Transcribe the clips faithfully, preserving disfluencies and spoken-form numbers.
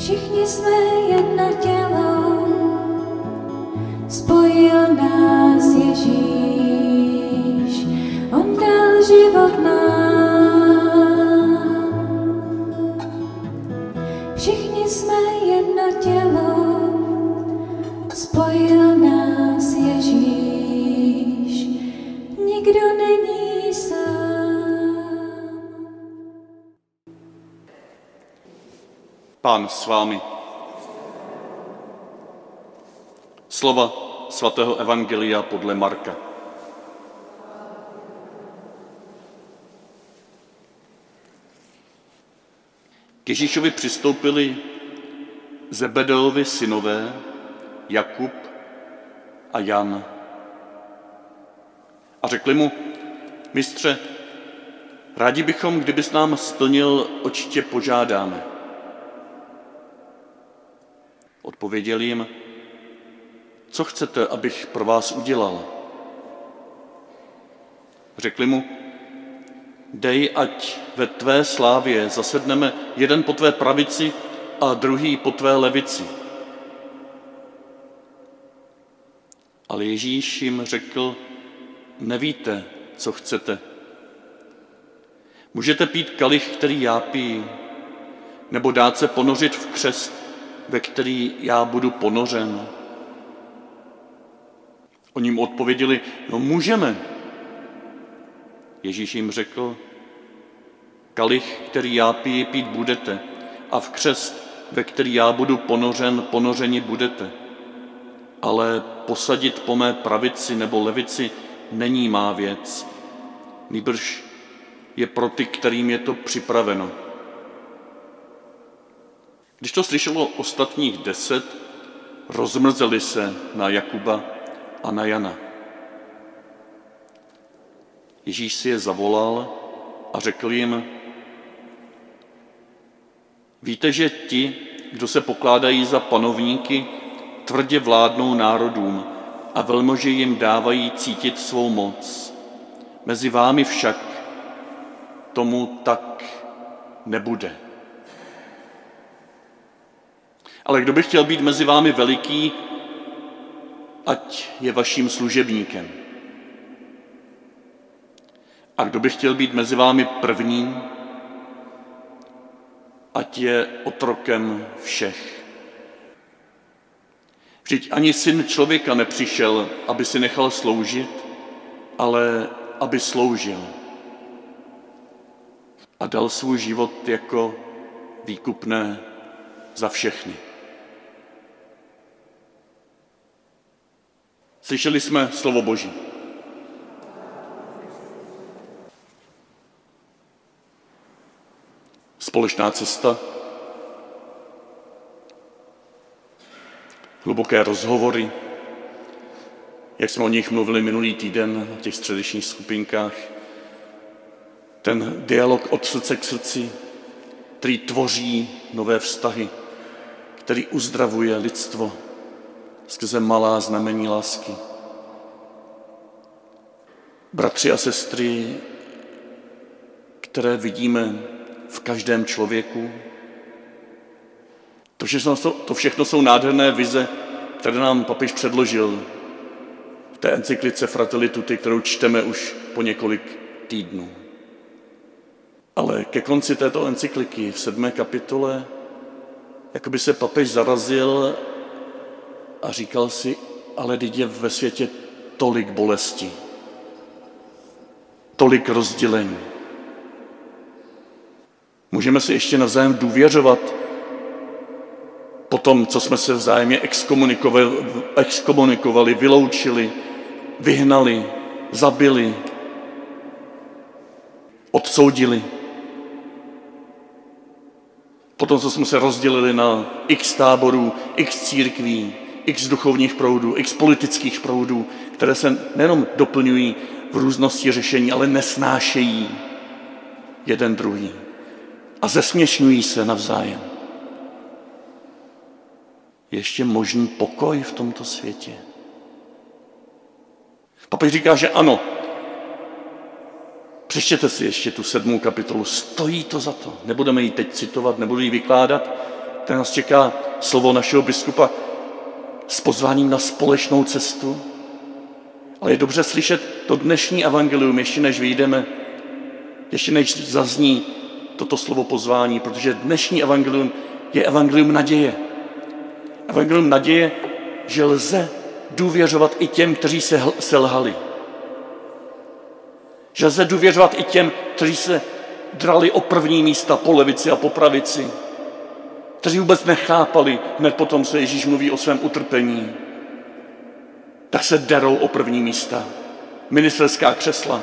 Všichni jsme jedno tělo, spojil nás Ježíš, on dal život nám. Všichni jsme jedno tělo, spojil nás Ježíš, nikdo není sám. Pán s vámi. Slova svatého evangelia podle Marka. K Ježíšovi přistoupili Zebedeovi synové Jakub a Jan a řekli mu: Mistře, rádi bychom, kdybys nám splnil, oč tě požádáme. Odpověděl jim: Co chcete, abych pro vás udělal? Řekli mu: Dej, ať ve tvé slávě zasedneme jeden po tvé pravici a druhý po tvé levici. Ale Ježíš jim řekl: Nevíte, co chcete. Můžete pít kalich, který já piju, nebo dát se ponořit v křest, ve který já budu ponořen. Oni mu odpověděli: No můžeme. Ježíš jim řekl: Kalich, který já piju, pít budete, a v křest, ve který já budu ponořen, ponořeni budete. Ale posadit po mé pravici nebo levici není má věc, nýbrž je pro ty, kterým je to připraveno. Když to slyšelo ostatních deset, rozmrzeli se na Jakuba a na Jana. Ježíš si je zavolal a řekl jim: Víte, že ti, kdo se pokládají za panovníky, tvrdě vládnou národům a velmoži jim dávají cítit svou moc. Mezi vámi však tomu tak nebude. Ale kdo by chtěl být mezi vámi veliký, ať je vaším služebníkem. A kdo by chtěl být mezi vámi první, ať je otrokem všech. Vždyť ani syn člověka nepřišel, aby si nechal sloužit, ale aby sloužil a dal svůj život jako výkupné za všechny. Slyšeli jsme slovo Boží. Společná cesta, hluboké rozhovory, jak jsme o nich mluvili minulý týden na těch středečních skupinkách, ten dialog od srdce k srdci, který tvoří nové vztahy, který uzdravuje lidstvo skrze malá znamení lásky. Bratři a sestry, které vidíme v každém člověku. To všechno, to všechno jsou nádherné vize, které nám papež předložil v té encyklice Fratelli Tutti, kterou čteme už po několik týdnů. Ale ke konci této encykliky v sedmé kapitole jakoby se papež zarazil a říkal si: ale teď je ve světě tolik bolesti, tolik rozdělení. Můžeme si ještě navzájem důvěřovat po tom, co jsme se vzájemně exkomunikovali, exkomunikovali, vyloučili, vyhnali, zabili, odsoudili. Potom, co jsme se rozdělili na x táborů, x církví, x duchovních proudů, x politických proudů, které se nejenom doplňují v různosti řešení, ale nesnášejí jeden druhý a zesměšňují se navzájem. Je ještě možný pokoj v tomto světě? Papež říká, že ano. Přečtěte si ještě tu sedmou kapitolu. Stojí to za to. Nebudeme ji teď citovat, nebudu ji vykládat, tady nás čeká slovo našeho biskupa s pozváním na společnou cestu. Ale je dobře slyšet to dnešní evangelium, ještě než vyjdeme, ještě než zazní toto slovo pozvání, protože dnešní evangelium je evangelium naděje. Evangelium naděje, že lze důvěřovat i těm, kteří se selhali. Že lze důvěřovat i těm, kteří se drali o první místa po levici a po pravici, kteří vůbec nechápali, hned potom se Ježíš mluví o svém utrpení, tak se derou o první místa, ministerská křesla.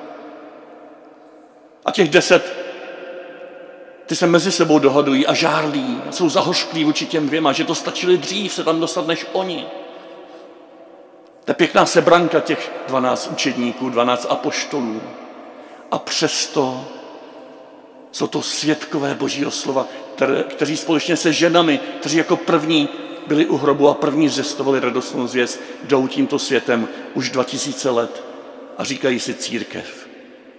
A těch deset, ty se mezi sebou dohadují a žárlí a jsou zahořklí vůči těm dvěma, že to stačili dřív se tam dostat než oni. To je pěkná sebranka těch dvanáct učedníků, dvanáct apoštolů. A přesto jsou to svědkové Božího slova, které, kteří společně se ženami, kteří jako první byli u hrobu a první zvěstovali radostnou zvěst, jdou tímto světem už dva tisíce let a říkají si církev.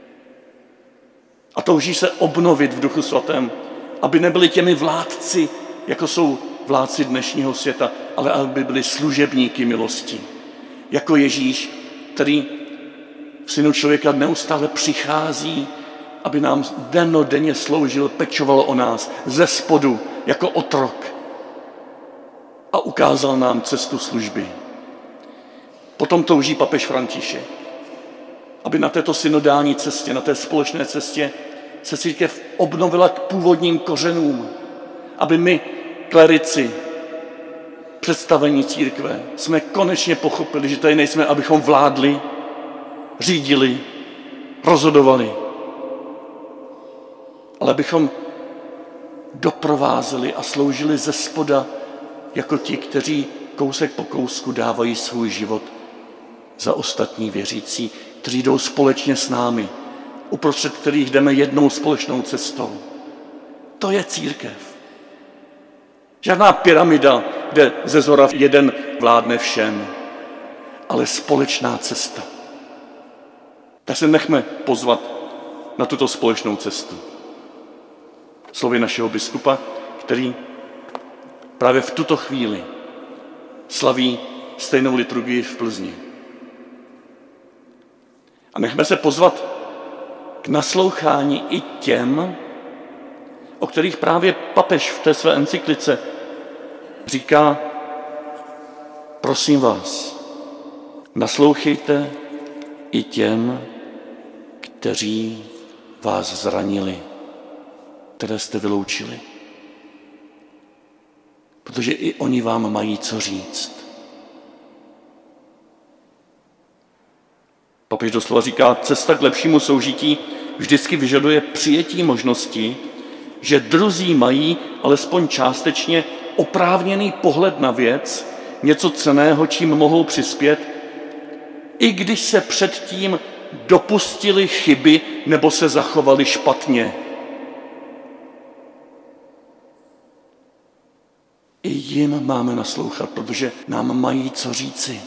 A touží se obnovit v Duchu svatém, aby nebyli těmi vládci, jako jsou vládci dnešního světa, ale aby byli služebníky milosti. Jako Ježíš, který v Synu člověka neustále přichází, aby nám dennodenně sloužil, pečoval o nás ze spodu jako otrok a ukázal nám cestu služby. Potom touží papež František, aby na této synodální cestě, na té společné cestě se církev obnovila k původním kořenům, aby my, klerici, představení církve, jsme konečně pochopili, že tady nejsme, abychom vládli, řídili, rozhodovali, ale abychom doprovázeli a sloužili ze spoda jako ti, kteří kousek po kousku dávají svůj život za ostatní věřící, kteří jdou společně s námi, uprostřed kterých jdeme jednou společnou cestou. To je církev. Žádná pyramida, kde ze zhora jeden vládne všem, ale společná cesta. Tak se nechme pozvat na tuto společnou cestu. Slovy našeho biskupa, který právě v tuto chvíli slaví stejnou liturgii v Plzni. A nechme se pozvat k naslouchání i těm, o kterých právě papež v té své encyklice říká: prosím vás, naslouchejte i těm, kteří vás zranili, které jste vyloučili. Protože i oni vám mají co říct. Papež doslova říká, cesta k lepšímu soužití vždycky vyžaduje přijetí možnosti, že druzí mají alespoň částečně oprávněný pohled na věc, něco cenného, čím mohou přispět, i když se předtím dopustili chyby nebo se zachovali špatně. I jim máme naslouchat, protože nám mají co říci.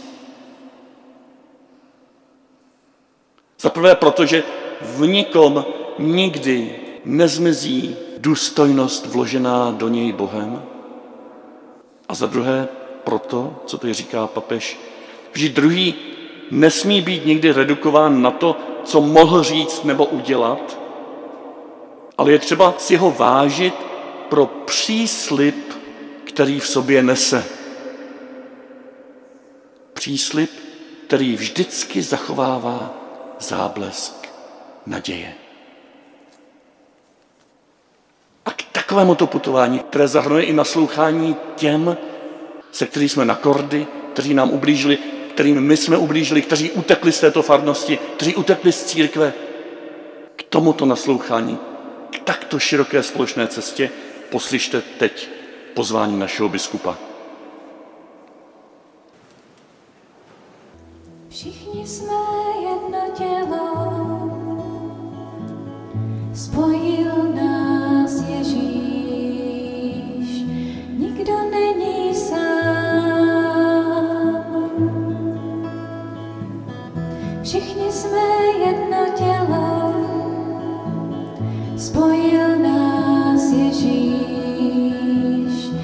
Za prvé, protože v nikom nikdy nezmizí důstojnost vložená do něj Bohem. A za druhé, proto, co tady říká papež, že druhý nesmí být nikdy redukován na to, co mohl říct nebo udělat, ale je třeba si ho vážit pro příslib, který v sobě nese. Příslib, který vždycky zachovává záblesk naděje. A k takovému to putování, které zahrnuje i naslouchání těm, se kterými jsme na kordy, kteří nám ublížili, kterým my jsme ublížili, kteří utekli z této farnosti, kteří utekli z církve, k tomuto naslouchání, k takto široké společné cestě poslyšte teď pozvání našeho biskupa. Všichni jsme jedno tělo, spojil nás Ježíš, nikdo není sám. Všichni jsme jedno tělo, spojil nás Ježíš,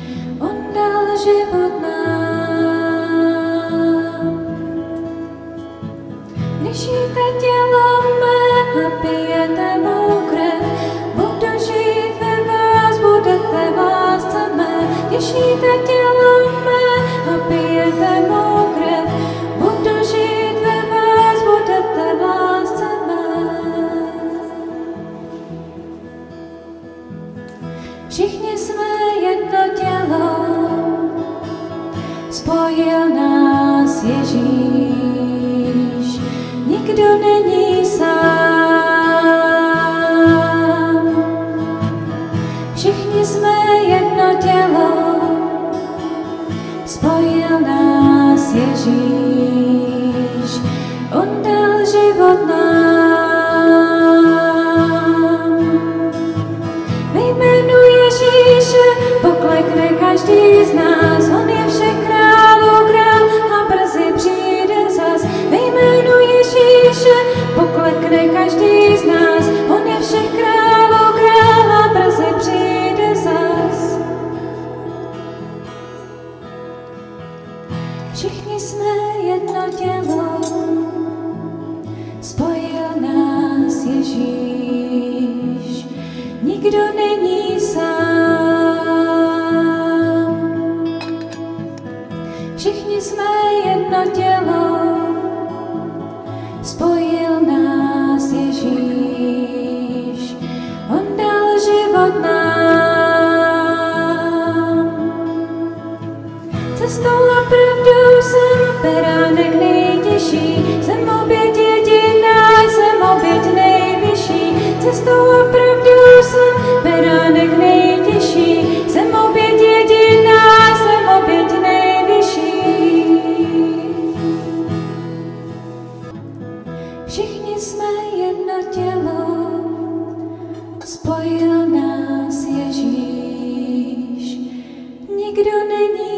jedno tělo, spojil nás Ježíš, nikdo není sám. Všichni jsme jedno tělo, spojil nás Ježíš, on dal život nám. Ve jménu Ježíše poklekne každý z nás, on je všech králů král a brzy přijde zas. Ve jménu Ježíše poklekne každý z nás, on je všech králů král a brzy přijde zas. Všichni jsme jedno tělo, spojil nás Ježíš, nikdo není sám. Všichni jsme jedno tělo, spojil nás Ježíš, on dal život nám. Cestou a pravdou jsem beránek nejtěžší, jsem oběť jediná, jsem oběť nejvyšší. Cestou a pravdou jsem beránek nejtěžší, jsem oběť jediná, jsem oběť nejvyšší. Všichni jsme jedno tělo, spojil nás Ježíš, nikdo není